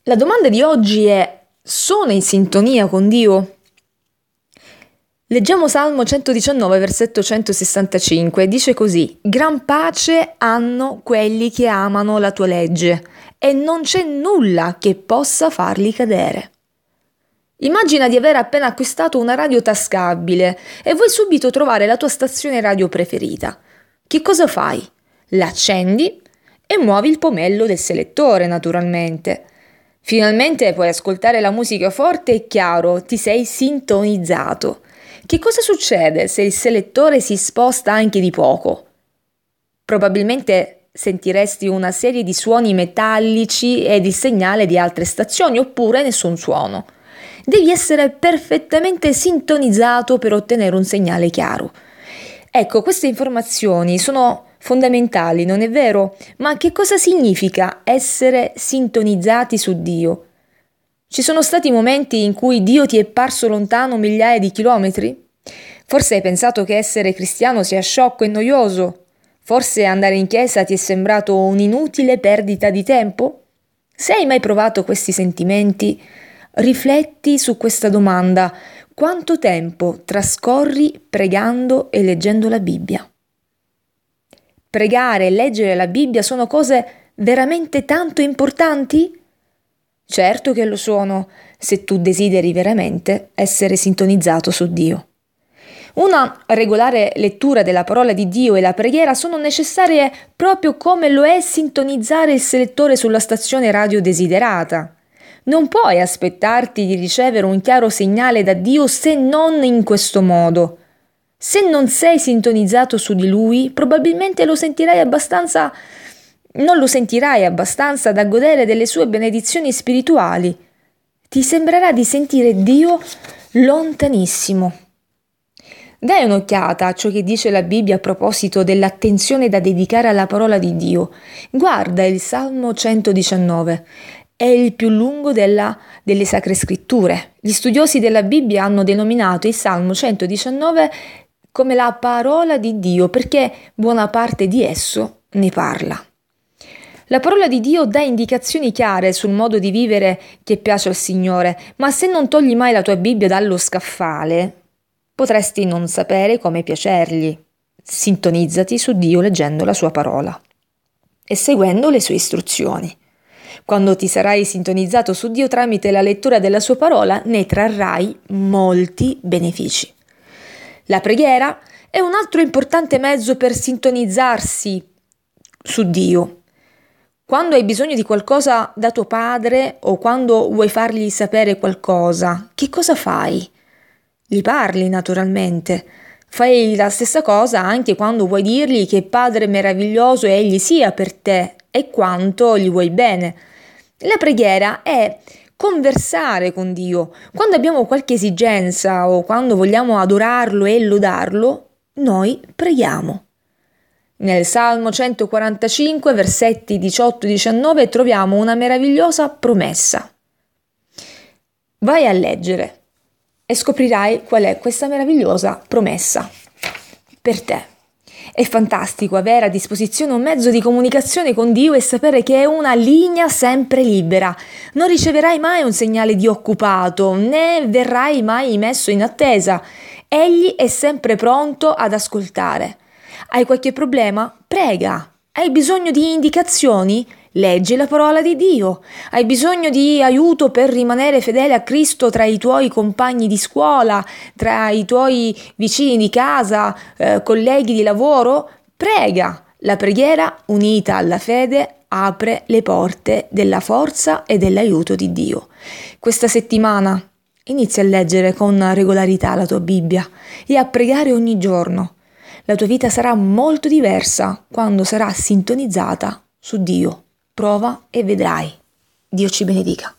La domanda di oggi è: sono in sintonia con Dio? Leggiamo Salmo 119, versetto 165, dice così: Gran pace hanno quelli che amano la tua legge, e non c'è nulla che possa farli cadere. Immagina di aver appena acquistato una radio tascabile e vuoi subito trovare la tua stazione radio preferita. Che cosa fai? L'accendi e muovi il pomello del selettore, naturalmente. Finalmente puoi ascoltare la musica forte e chiaro, ti sei sintonizzato. Che cosa succede se il selettore si sposta anche di poco? Probabilmente sentiresti una serie di suoni metallici ed il segnale di altre stazioni, oppure nessun suono. Devi essere perfettamente sintonizzato per ottenere un segnale chiaro. Ecco, queste informazioni sono fondamentali, non è vero? Ma che cosa significa essere sintonizzati su Dio? Ci sono stati momenti in cui Dio ti è parso lontano migliaia di chilometri? Forse hai pensato che essere cristiano sia sciocco e noioso? Forse andare in chiesa ti è sembrato un'inutile perdita di tempo? Se hai mai provato questi sentimenti, rifletti su questa domanda: quanto tempo trascorri pregando e leggendo la Bibbia? Pregare e leggere la Bibbia sono cose veramente tanto importanti? Certo che lo sono, se tu desideri veramente essere sintonizzato su Dio. Una regolare lettura della parola di Dio e la preghiera sono necessarie proprio come lo è sintonizzare il selettore sulla stazione radio desiderata. Non puoi aspettarti di ricevere un chiaro segnale da Dio se non in questo modo. Se non sei sintonizzato su di Lui, probabilmente non lo sentirai abbastanza da godere delle sue benedizioni spirituali. Ti sembrerà di sentire Dio lontanissimo. Dai un'occhiata a ciò che dice la Bibbia a proposito dell'attenzione da dedicare alla parola di Dio. Guarda il Salmo 119. È il più lungo delle Sacre Scritture. Gli studiosi della Bibbia hanno denominato il Salmo 119 come la parola di Dio perché buona parte di esso ne parla. La parola di Dio dà indicazioni chiare sul modo di vivere che piace al Signore, ma se non togli mai la tua Bibbia dallo scaffale, potresti non sapere come piacergli. Sintonizzati su Dio leggendo la sua parola e seguendo le sue istruzioni. Quando ti sarai sintonizzato su Dio tramite la lettura della sua parola, ne trarrai molti benefici. La preghiera è un altro importante mezzo per sintonizzarsi su Dio. Quando hai bisogno di qualcosa da tuo padre o quando vuoi fargli sapere qualcosa, che cosa fai? Gli parli naturalmente. Fai la stessa cosa anche quando vuoi dirgli che Padre meraviglioso egli sia per te e quanto gli vuoi bene. La preghiera è conversare con Dio. Quando abbiamo qualche esigenza o quando vogliamo adorarlo e lodarlo, noi preghiamo. Nel Salmo 145, versetti 18-19, troviamo una meravigliosa promessa. Vai a leggere e scoprirai qual è questa meravigliosa promessa per te. È fantastico avere a disposizione un mezzo di comunicazione con Dio e sapere che è una linea sempre libera. Non riceverai mai un segnale di occupato, né verrai mai messo in attesa. Egli è sempre pronto ad ascoltare. Hai qualche problema? Prega. Hai bisogno di indicazioni? Leggi la parola di Dio. Hai bisogno di aiuto per rimanere fedele a Cristo tra i tuoi compagni di scuola, tra i tuoi vicini di casa, colleghi di lavoro? Prega. La preghiera, unita alla fede, apre le porte della forza e dell'aiuto di Dio. Questa settimana inizia a leggere con regolarità la tua Bibbia e a pregare ogni giorno. La tua vita sarà molto diversa quando sarà sintonizzata su Dio. Prova e vedrai. Dio ci benedica.